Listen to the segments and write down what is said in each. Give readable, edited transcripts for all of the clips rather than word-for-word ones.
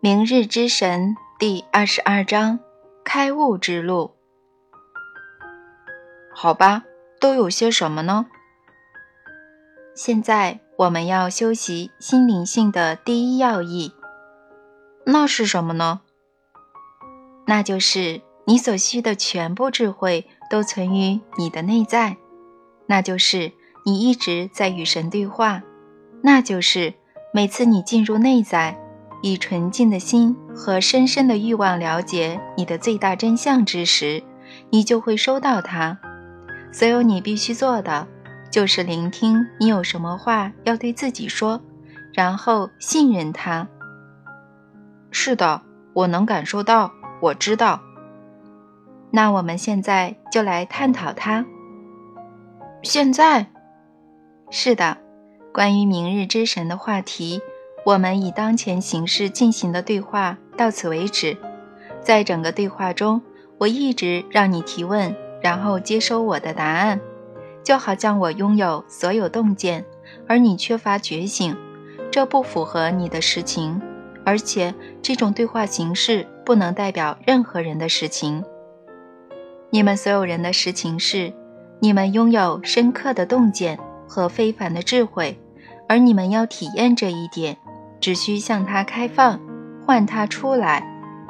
明日之神第22章开悟之路。 好吧，都有些什么呢？ 现在我们要修习心灵性的第一要义。 那是什么呢？ 那就是你所需的全部智慧都存于你的内在，那就是你一直在与神对话，那就是每次你进入内在，以纯净的心和深深的欲望了解你的最大真相之时，你就会收到它。所有你必须做的，就是聆听你有什么话要对自己说，然后信任它。 是的，我能感受到，我知道。 那我们现在就来探讨它。 现在？ 是的，关于明日之神的话题，我们以当前形式进行的对话到此为止。在整个对话中，我一直让你提问，然后接收我的答案，就好像我拥有所有洞见，而你缺乏觉醒，这不符合你的实情，而且这种对话形式不能代表任何人的实情。你们所有人的实情是，你们拥有深刻的洞见和非凡的智慧，而你们要体验这一点，只需向它开放，唤它出来。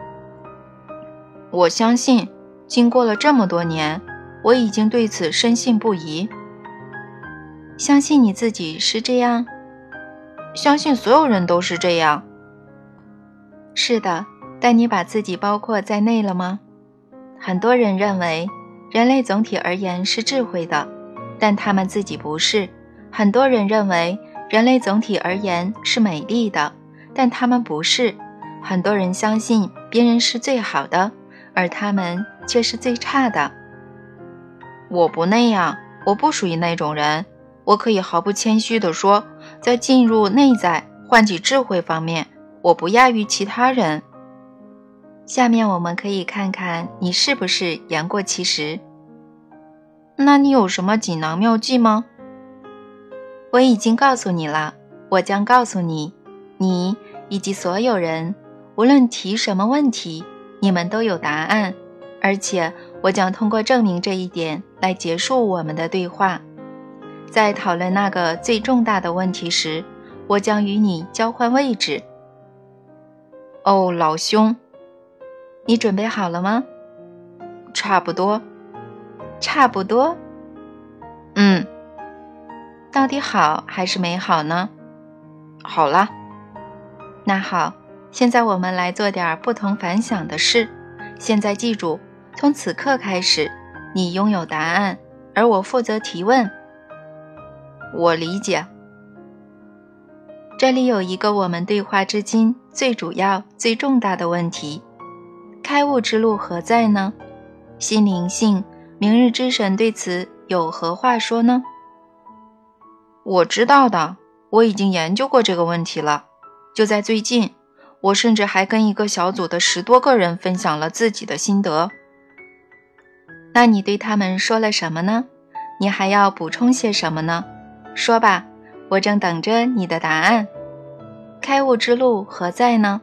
我相信，经过了这么多年，我已经对此深信不疑。 相信你自己是这样？ 相信所有人都是这样。 是的，但你把自己包括在内了吗？很多人认为，人类总体而言是智慧的，但他们自己不是。很多人认为，人类总体而言是美丽的，但他们不是。很多人相信别人是最好的，而他们却是最差的。 我不那样，我不属于那种人。我可以毫不谦虚地说，在进入内在、唤起智慧方面，我不亚于其他人。 下面我们可以看看你是不是言过其实。 那你有什么锦囊妙计吗？ 我已经告诉你了，我将告诉你，你以及所有人，无论提什么问题，你们都有答案，而且我将通过证明这一点来结束我们的对话。在讨论那个最重大的问题时，我将与你交换位置。 哦，老兄， 你准备好了吗？ 差不多。 差不多？到底好还是没好呢？ 好了。 那好，现在我们来做点不同凡响的事。现在记住，从此刻开始，你拥有答案，而我负责提问。 我理解。 这里有一个我们对话至今最主要、最重大的问题：开悟之路何在呢？心灵性，明日之神对此有何话说呢？ 我知道的，我已经研究过这个问题了。就在最近，我甚至还跟一个小组的10多个人分享了自己的心得。 那你对他们说了什么呢？你还要补充些什么呢？说吧，我正等着你的答案。开悟之路何在呢？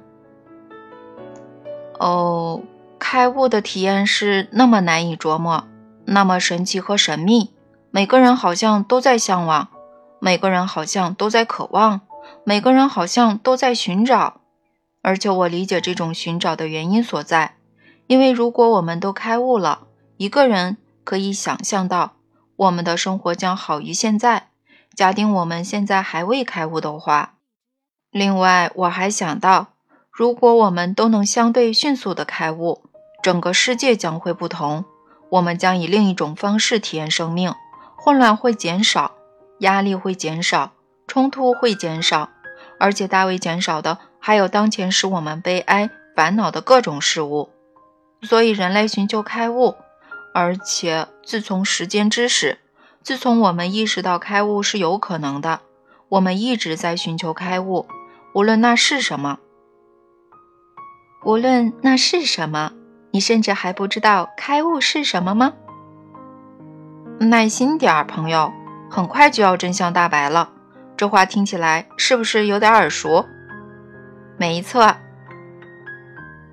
开悟的体验是那么难以琢磨，那么神奇和神秘，每个人好像都在向往，每个人好像都在渴望，每个人好像都在寻找。而且我理解这种寻找的原因所在，因为如果我们都开悟了，一个人可以想象到我们的生活将好于现在，假定我们现在还未开悟的话。另外，我还想到，如果我们都能相对迅速地开悟，整个世界将会不同，我们将以另一种方式体验生命，混乱会减少，压力会减少，冲突会减少，而且大为减少的还有当前使我们悲哀、烦恼的各种事物。所以人类寻求开悟，而且自从时间之始，自从我们意识到开悟是有可能的，我们一直在寻求开悟，无论那是什么。 无论那是什么，你甚至还不知道开悟是什么吗？ 耐心点，朋友，很快就要真相大白了。这话听起来是不是有点耳熟？ 没错。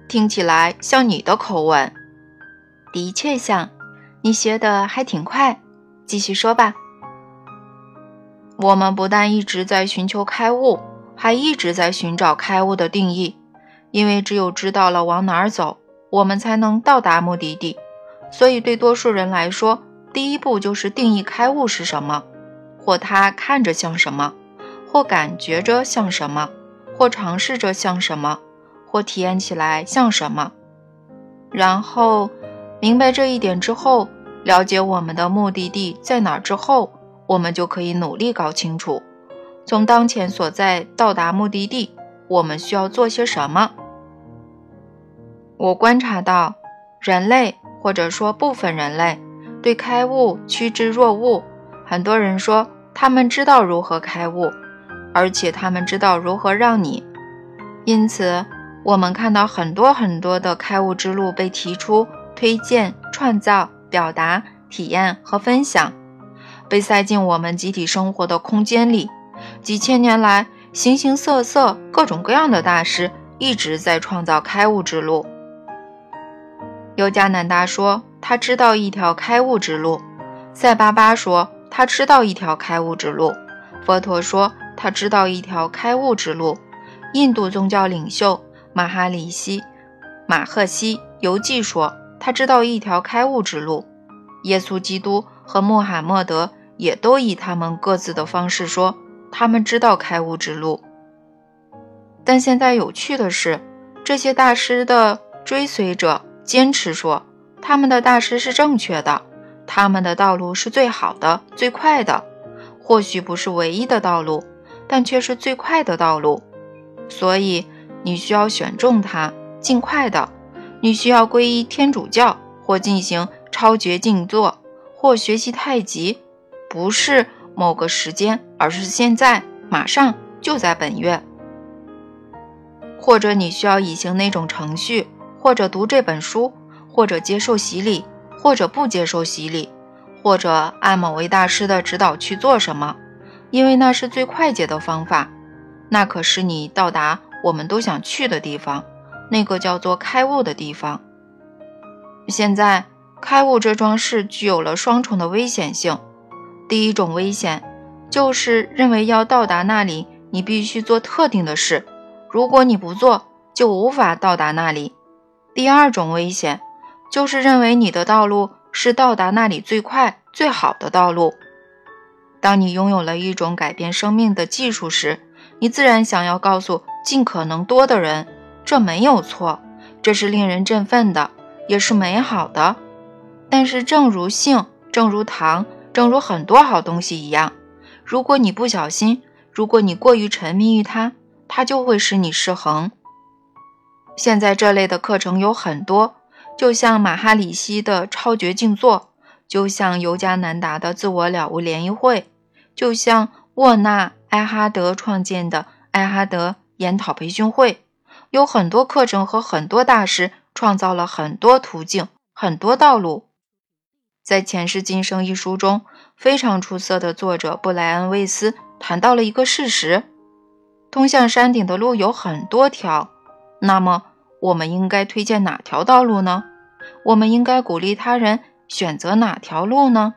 听起来像你的口吻。 的确像，你学得还挺快，继续说吧。 我们不但一直在寻求开悟，还一直在寻找开悟的定义，因为只有知道了往哪儿走，我们才能到达目的地。所以对多数人来说，第一步就是定义开悟是什么，或它看着像什么，或感觉着像什么，或尝试着像什么，或体验起来像什么。然后明白这一点之后，了解我们的目的地在哪儿之后，我们就可以努力搞清楚，从当前所在到达目的地，我们需要做些什么。我观察到，人类或者说部分人类对开悟趋之若鹜，很多人说他们知道如何开悟，而且他们知道如何让你。因此我们看到很多的开悟之路被提出、推荐、创造、表达、体验和分享，被塞进我们集体生活的空间里。几千年来，形形色色、各种各样的大师一直在创造开悟之路。尤迦南达说他知道一条开悟之路，塞巴巴说他知道一条开悟之路，佛陀说他知道一条开悟之路，印度宗教领袖马赫西游记说他知道一条开悟之路，耶稣基督和穆罕默德也都以他们各自的方式说他们知道开悟之路。但现在有趣的是，这些大师的追随者坚持说他们的大师是正确的，他们的道路是最好的、最快的，或许不是唯一的道路，但却是最快的道路。所以你需要选中它，尽快的。你需要皈依天主教，或进行超绝静坐，或学习太极，不是某个时间，而是现在，马上，就在本月。或者你需要以行那种程序，或者读这本书，或者接受洗礼，或者不接受洗礼，或者按某位大师的指导去做什么，因为那是最快捷的方法，那可是你到达我们都想去的地方，那个叫做开悟的地方。现在开悟这桩事具有了双重的危险性。第一种危险就是认为要到达那里你必须做特定的事，如果你不做就无法到达那里。第二种危险就是认为你的道路是到达那里最快最好的道路。当你拥有了一种改变生命的技术时，你自然想要告诉尽可能多的人，这没有错，这是令人振奋的，也是美好的。但是正如性，正如糖，正如很多好东西一样，如果你不小心，如果你过于沉迷于它，它就会使你失衡。现在这类的课程有很多，就像马哈里西的超绝静坐，就像尤迦南达的自我了悟联谊会，就像沃纳埃哈德创建的埃哈德研讨培训会，有很多课程和很多大师创造了很多途径，很多道路。在《前世今生》一书中，非常出色的作者布莱恩·魏斯谈到了一个事实：通向山顶的路有很多条，那么我们应该推荐哪条道路呢？我们应该鼓励他人选择哪条路呢？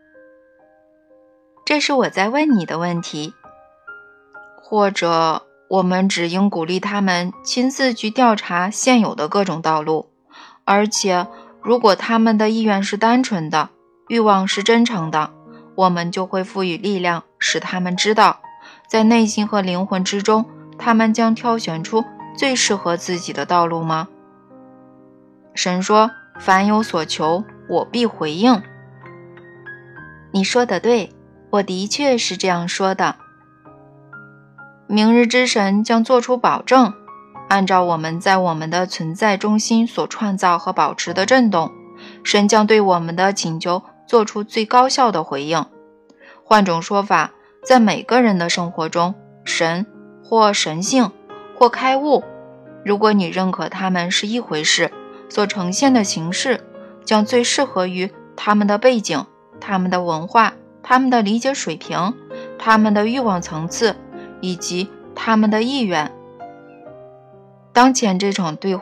这是我在问你的问题。 或者我们只应鼓励他们亲自去调查现有的各种道路，而且如果他们的意愿是单纯的，欲望是真诚的，我们就会赋予力量，使他们知道，在内心和灵魂之中，他们将挑选出最适合自己的道路吗？神说，凡有所求，我必回应。 你说得对，我的确是这样说的。 明日之神将做出保证，按照我们在我们的存在中心所创造和保持的震动，神将对我们的请求做出最高效的回应。换种说法，在每个人的生活中，神或神性或开悟，如果你认可他们是一回事，所呈现的形式将最适合于他们的背景、他们的文化、他们的理解水平、他们的欲望层次以及他们的意愿。当前这场对话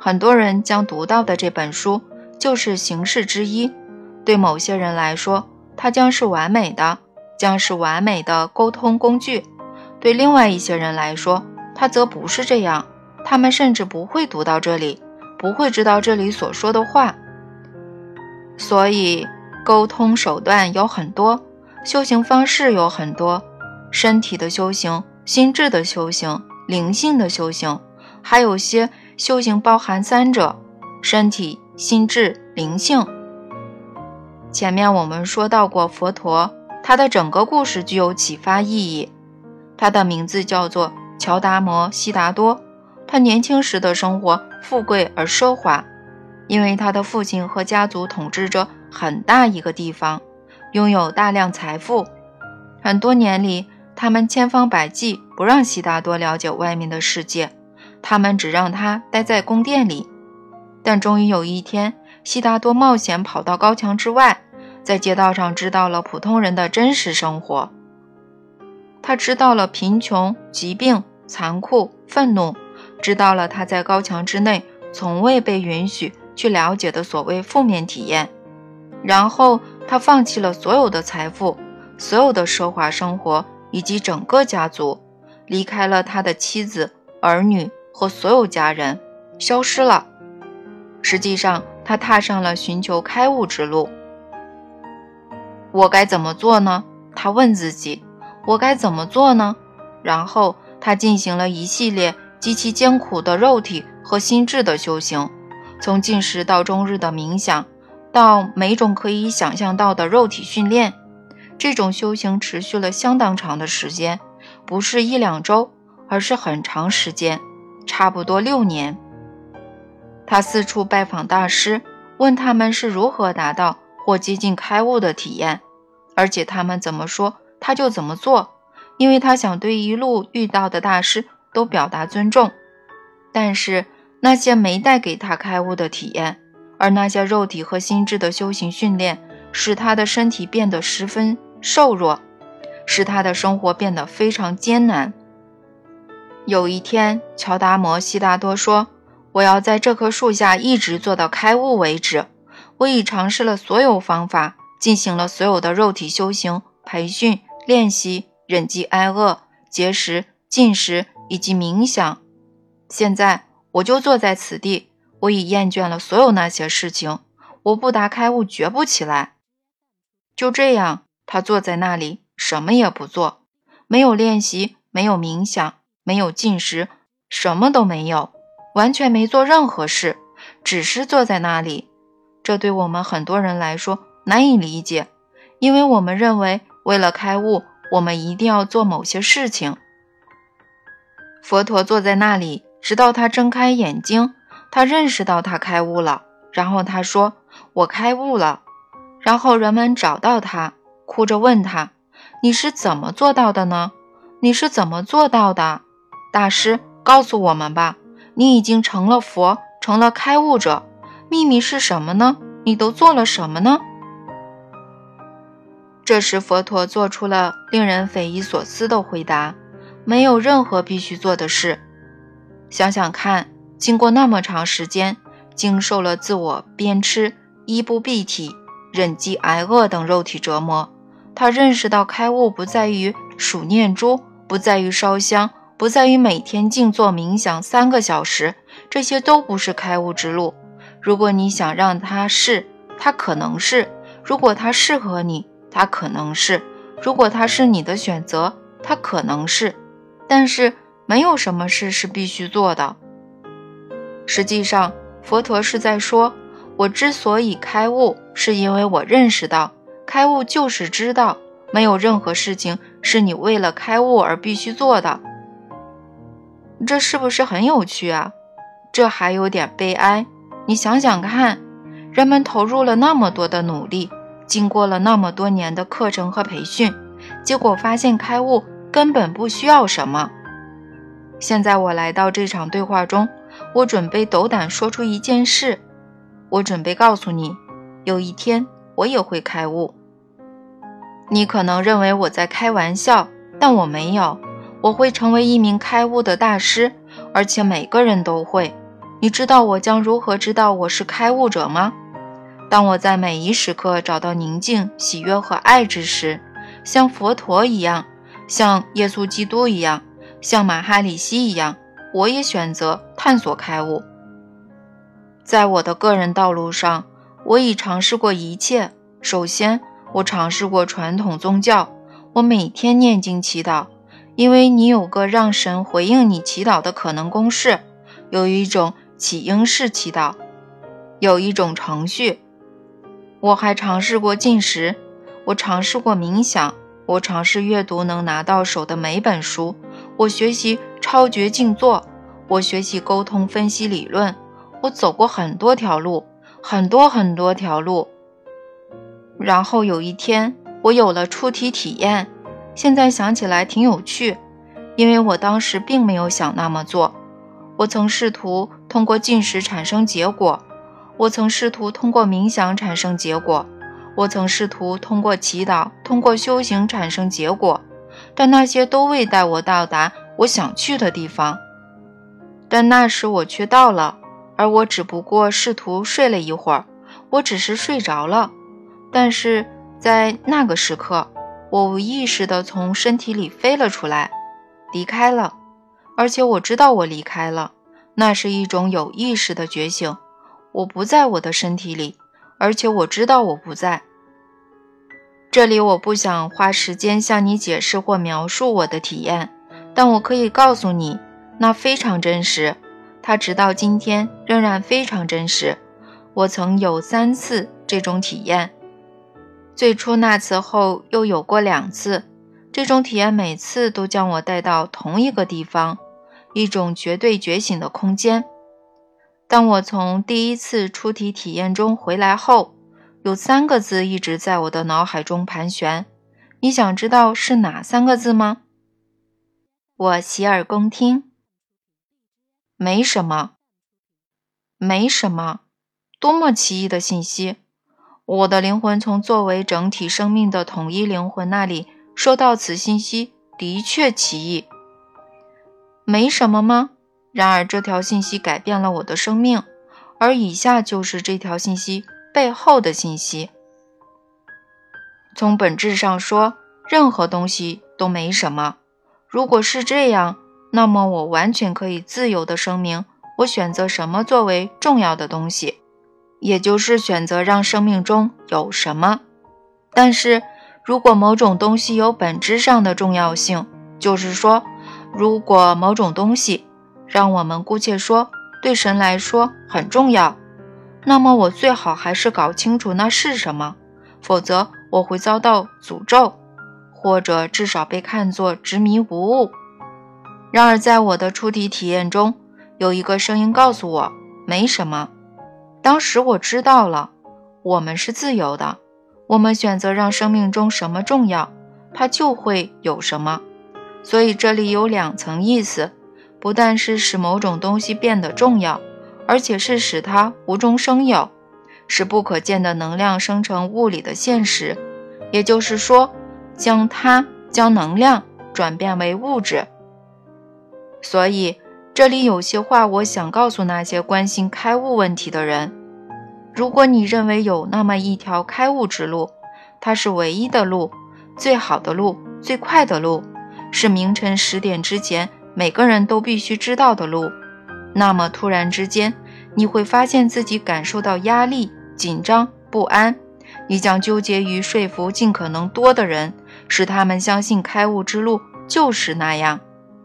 很多人将读到的这本书就是形式之一，对某些人来说，它将是完美的沟通工具，对另外一些人来说，它则不是这样，他们甚至不会读到这里，不会知道这里所说的话。所以沟通手段有很多，修行方式有很多，身体的修行、心智的修行、灵性的修行，还有些修行包含三者：身体、心智、灵性。前面我们说到过佛陀，他的整个故事具有启发意义。他的名字叫做乔达摩·悉达多，他年轻时的生活富贵而奢华，因为他的父亲和家族统治着很大一个地方，拥有大量财富。很多年里，他们千方百计不让悉达多了解外面的世界，他们只让他待在宫殿里。但终于有一天，悉达多冒险跑到高墙之外，在街道上知道了普通人的真实生活。他知道了贫穷、疾病、残酷、愤怒，知道了他在高墙之内从未被允许去了解的所谓负面体验。然后他放弃了所有的财富，所有的奢华生活，以及整个家族，离开了他的妻子、儿女和所有家人，消失了。实际上，他踏上了寻求开悟之路。我该怎么做呢？他问自己，我该怎么做呢？然后他进行了一系列极其艰苦的肉体和心智的修行，从进食到终日的冥想，到每种可以想象到的肉体训练。这种修行持续了相当长的时间，不是1-2周，而是很长时间，差不多6年。他四处拜访大师，问他们是如何达到或接近开悟的体验，而且他们怎么说他就怎么做，因为他想对一路遇到的大师都表达尊重。但是那些没带给他开悟的体验，而那些肉体和心智的修行训练，使他的身体变得十分瘦弱，使他的生活变得非常艰难。有一天，乔达摩·悉达多说，我要在这棵树下一直做到开悟为止。我已尝试了所有方法，进行了所有的肉体修行、培训、练习、忍饥挨饿、节食、禁食以及冥想。现在我就坐在此地，我已厌倦了所有那些事情，我不达开悟绝不起来。就这样，他坐在那里，什么也不做，没有练习，没有冥想，没有禁食，什么都没有，完全没做任何事，只是坐在那里。这对我们很多人来说难以理解，因为我们认为为了开悟，我们一定要做某些事情。佛陀坐在那里，直到他睁开眼睛，他认识到他开悟了，然后他说，我开悟了。然后人们找到他，哭着问他，你是怎么做到的呢？你是怎么做到的？大师，告诉我们吧，你已经成了佛，成了开悟者，秘密是什么呢？你都做了什么呢？这时佛陀做出了令人匪夷所思的回答，没有任何必须做的事。想想看，经过那么长时间，经受了自我鞭笞、衣不蔽体、忍饥挨饿等肉体折磨，他认识到开悟不在于数念珠，不在于烧香，不在于每天静坐冥想3个小时，这些都不是开悟之路。如果你想让它是，它可能是；如果它适合你，它可能是；如果它是你的选择，它可能是。但是没有什么事是必须做的。实际上，佛陀是在说，我之所以开悟，是因为我认识到，开悟就是知道，没有任何事情是你为了开悟而必须做的。这是不是很有趣啊？这还有点悲哀。你想想看，人们投入了那么多的努力，经过了那么多年的课程和培训，结果发现开悟根本不需要什么。现在我来到这场对话中，我准备斗胆说出一件事，我准备告诉你，有一天我也会开悟。你可能认为我在开玩笑，但我没有，我会成为一名开悟的大师，而且每个人都会。 你知道我将如何知道我是开悟者吗？当我在每一时刻找到宁静、喜悦和爱之时，像佛陀一样，像耶稣基督一样，像马哈里西一样，我也选择探索开悟。在我的个人道路上，我已尝试过一切。首先，我尝试过传统宗教，我每天念经祈祷，因为你有个让神回应你祈祷的可能公式，有一种起因式祈祷，有一种程序。我还尝试过进食，我尝试过冥想，我尝试阅读能拿到手的每本书，我学习超觉静坐，我学习沟通分析理论，我走过很多条路，很多条路。然后有一天，我有了出体体验，现在想起来挺有趣，因为我当时并没有想那么做。我曾试图通过进食产生结果，我曾试图通过冥想产生结果，我曾试图通过祈祷、通过修行产生结果，但那些都未带我到达我想去的地方。但那时我却到了，而我只不过试图睡了一会儿，我只是睡着了。但是在那个时刻，我无意识地从身体里飞了出来，离开了，而且我知道我离开了，那是一种有意识的觉醒。我不在我的身体里，而且我知道我不在。这里我不想花时间向你解释或描述我的体验，但我可以告诉你，那非常真实，它直到今天仍然非常真实。我曾有3次这种体验，最初那次后又有过2次，这种体验每次都将我带到同一个地方，一种绝对觉醒的空间。当我从第一次出体体验中回来后，有3个字一直在我的脑海中盘旋。你想知道是哪3个字吗？我洗耳恭听。没什么。没什么。多么奇异的信息！我的灵魂从作为整体生命的统一灵魂那里收到此信息，的确奇异。没什么吗？然而这条信息改变了我的生命，而以下就是这条信息背后的信息。从本质上说，任何东西都没什么。如果是这样，那么我完全可以自由地声明，我选择什么作为重要的东西，也就是选择让生命中有什么。但是，如果某种东西有本质上的重要性，就是说，如果某种东西，让我们姑且说，对神来说很重要，那么我最好还是搞清楚那是什么，否则我会遭到诅咒，或者至少被看作执迷不悟。然而在我的出体体验中，有一个声音告诉我，没什么。当时我知道了，我们是自由的，我们选择让生命中什么重要，它就会有什么。所以这里有2层意思，不但是使某种东西变得重要，而且是使它无中生有，使不可见的能量生成物理的现实，也就是说，将能量转变为物质。所以这里有些话我想告诉那些关心开悟问题的人。如果你认为有那么一条开悟之路，它是唯一的路，最好的路，最快的路，是凌晨10点之前每个人都必须知道的路，那么突然之间，你会发现自己感受到压力、紧张、不安，你将纠结于说服尽可能多的人，使他们相信开悟之路就是那样。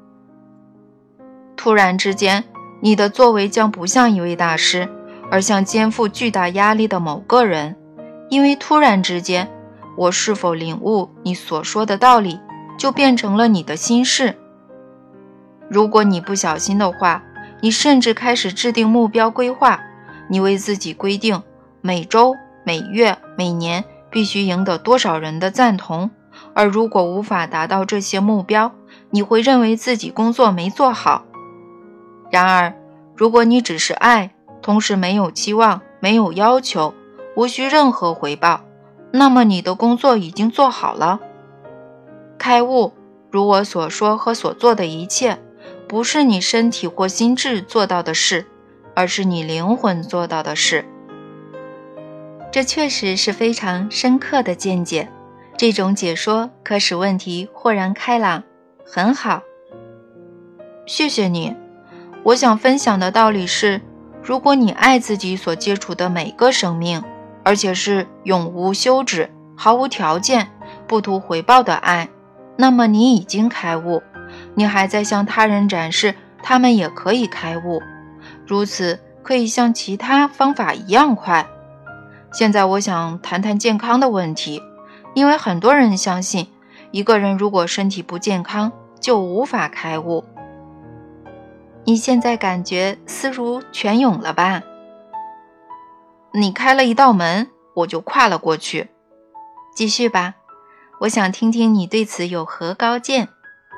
突然之间，你的作为将不像一位大师，而像肩负巨大压力的某个人，因为突然之间，我是否领悟你所说的道理，就变成了你的心事。如果你不小心的话，你甚至开始制定目标规划，你为自己规定每周、每月、每年必须赢得多少人的赞同，而如果无法达到这些目标，你会认为自己工作没做好。然而，如果你只是爱，同时没有期望，没有要求，无需任何回报，那么你的工作已经做好了。开悟，如我所说和所做的一切，不是你身体或心智做到的事， 而是你灵魂做到的事。这确实是非常深刻的见解，这种解说可使问题豁然开朗，很好。 谢谢你。我想分享的道理是，如果你爱自己所接触的每个生命，而且是永无休止、毫无条件、不图回报的爱，那么你已经开悟，你还在向他人展示他们也可以开悟，如此可以像其他方法一样快。现在我想谈谈健康的问题，因为很多人相信，一个人如果身体不健康，就无法开悟。 你现在感觉思如泉涌了吧？ 你开了一道门，我就跨了过去。 继续吧，我想听听你对此有何高见。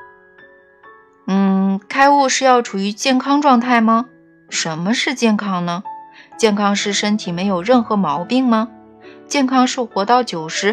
开悟是要处于健康状态吗？什么是健康呢？健康是身体没有任何毛病吗？健康是活到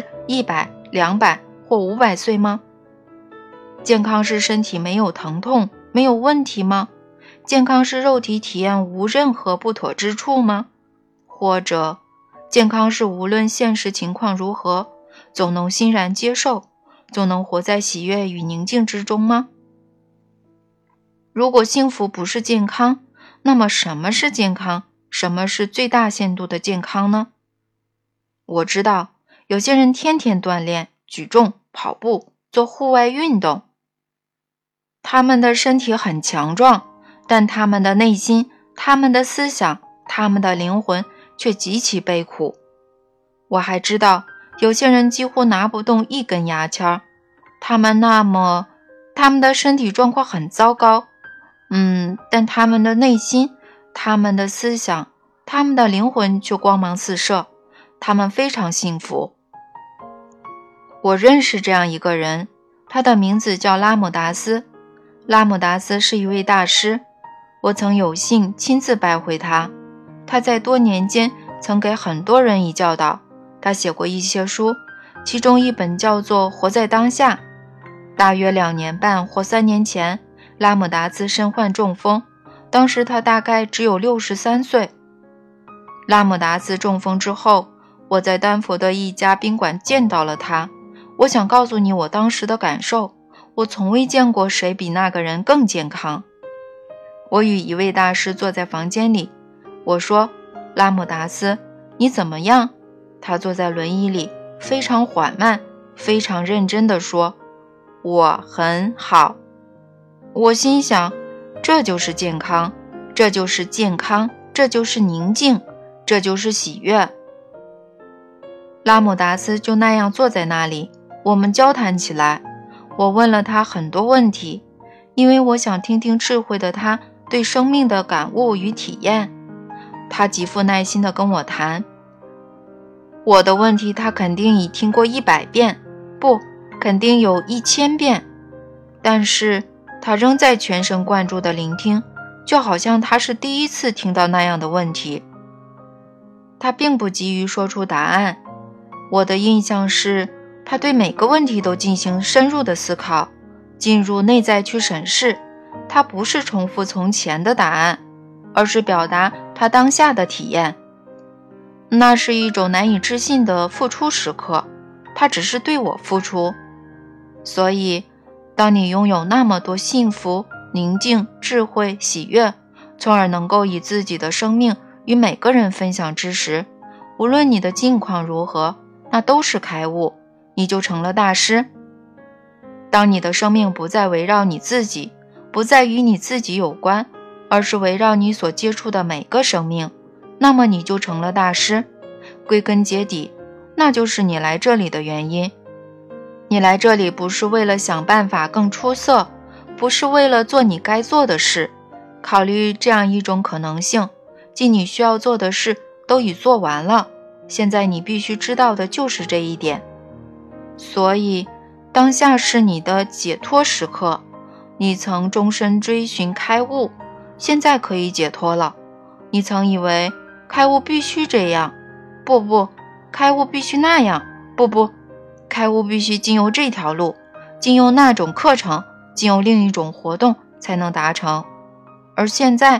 90、100、200或500岁吗？健康是身体没有疼痛、没有问题吗？健康是肉体体验无任何不妥之处吗？或者，健康是无论现实情况如何，总能欣然接受，总能活在喜悦与宁静之中吗？如果幸福不是健康，那么什么是健康？什么是最大限度的健康呢？我知道，有些人天天锻炼、举重、跑步、做户外运动，他们的身体很强壮，但他们的内心、他们的思想、他们的灵魂却极其悲苦。我还知道，有些人几乎拿不动一根牙签，他们的身体状况很糟糕，但他们的内心、他们的思想、他们的灵魂却光芒四射，他们非常幸福。我认识这样一个人，他的名字叫拉姆达斯。拉姆达斯是一位大师，我曾有幸亲自拜会他。他在多年间曾给很多人以教导，他写过一些书，其中一本叫做《活在当下》。大约2年半或3年前，拉姆达斯身患中风，当时他大概只有63岁。拉姆达斯中风之后，我在丹佛的一家宾馆见到了他。我想告诉你我当时的感受，我从未见过谁比那个人更健康。我与一位大师坐在房间里，我说：拉姆达斯，你怎么样？他坐在轮椅里，非常缓慢，非常认真地说：我很好。我心想，这就是健康，这就是健康，这就是宁静，这就是喜悦。拉姆达斯就那样坐在那里，我们交谈起来。我问了他很多问题，因为我想听听智慧的他对生命的感悟与体验。他极富耐心地跟我谈。我的问题他肯定已听过100遍，不，肯定有1000遍，但是他仍在全神贯注地聆听，就好像他是第一次听到那样的问题。他并不急于说出答案，我的印象是他对每个问题都进行深入的思考，进入内在去审视。他不是重复从前的答案，而是表达他当下的体验。那是一种难以置信的付出时刻，他只是对我付出。所以当你拥有那么多幸福、宁静、智慧、喜悦，从而能够以自己的生命与每个人分享之时，无论你的境况如何，那都是开悟，你就成了大师。当你的生命不再围绕你自己，不再与你自己有关，而是围绕你所接触的每个生命，那么你就成了大师。归根结底，那就是你来这里的原因。你来这里不是为了想办法更出色，不是为了做你该做的事。考虑这样一种可能性，即你需要做的事都已做完了，现在你必须知道的就是这一点。所以当下是你的解脱时刻，你曾终身追寻开悟，现在可以解脱了。你曾以为开悟必须这样，不，开悟必须那样，不，开悟必须经由这条路，经由那种课程，经由另一种活动才能达成。而现在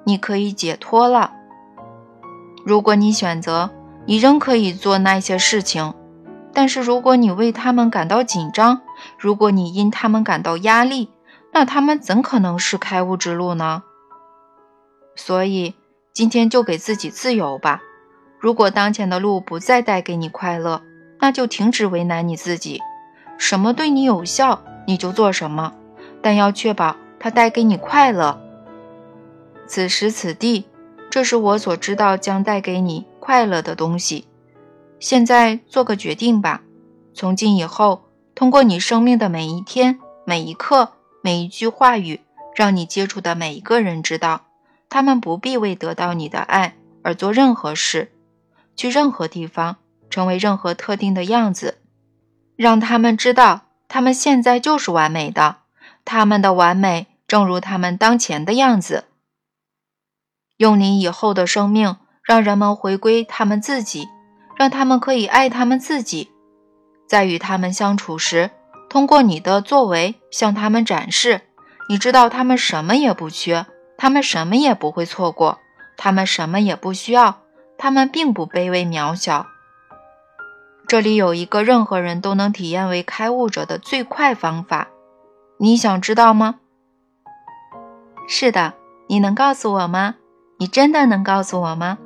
你可以解脱了。如果你选择，你仍可以做那些事情，但是如果你为他们感到紧张，如果你因他们感到压力，那他们怎可能是开悟之路呢？所以今天就给自己自由吧。如果当前的路不再带给你快乐，那就停止为难你自己。什么对你有效，你就做什么，但要确保它带给你快乐。此时此地，这是我所知道将带给你快乐的东西。现在做个决定吧。从今以后，通过你生命的每一天、每一刻、每一句话语，让你接触的每一个人知道，他们不必为得到你的爱而做任何事，去任何地方，成为任何特定的样子。让他们知道，他们现在就是完美的，他们的完美正如他们当前的样子。用你以后的生命，让人们回归他们自己，让他们可以爱他们自己。在与他们相处时，通过你的作为向他们展示，你知道他们什么也不缺，他们什么也不会错过，他们什么也不需要，他们并不卑微渺小。这里有一个任何人都能体验为开悟者的最快方法，你想知道吗？是的，你能告诉我吗？你真的能告诉我吗？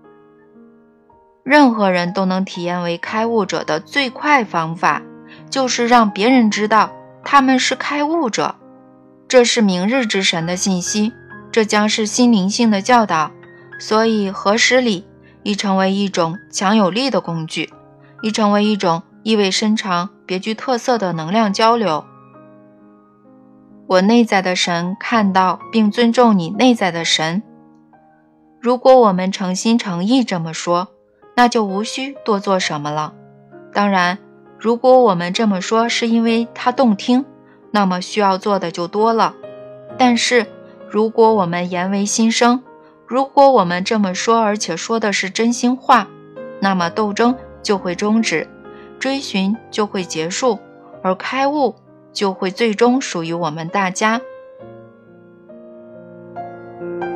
任何人都能体验为开悟者的最快方法，就是让别人知道他们是开悟者。这是明日之神的信息，这将是心灵性的教导，所以合十里已成为一种强有力的工具，已成为一种意味深长、别具特色的能量交流。我内在的神看到并尊重你内在的神。如果我们诚心诚意这么说，那就无需多做什么了。当然，如果我们这么说是因为它动听，那么需要做的就多了。但是，如果我们言为心声，如果我们这么说，而且说的是真心话，那么斗争就会终止，追寻就会结束，而开悟就会最终属于我们大家。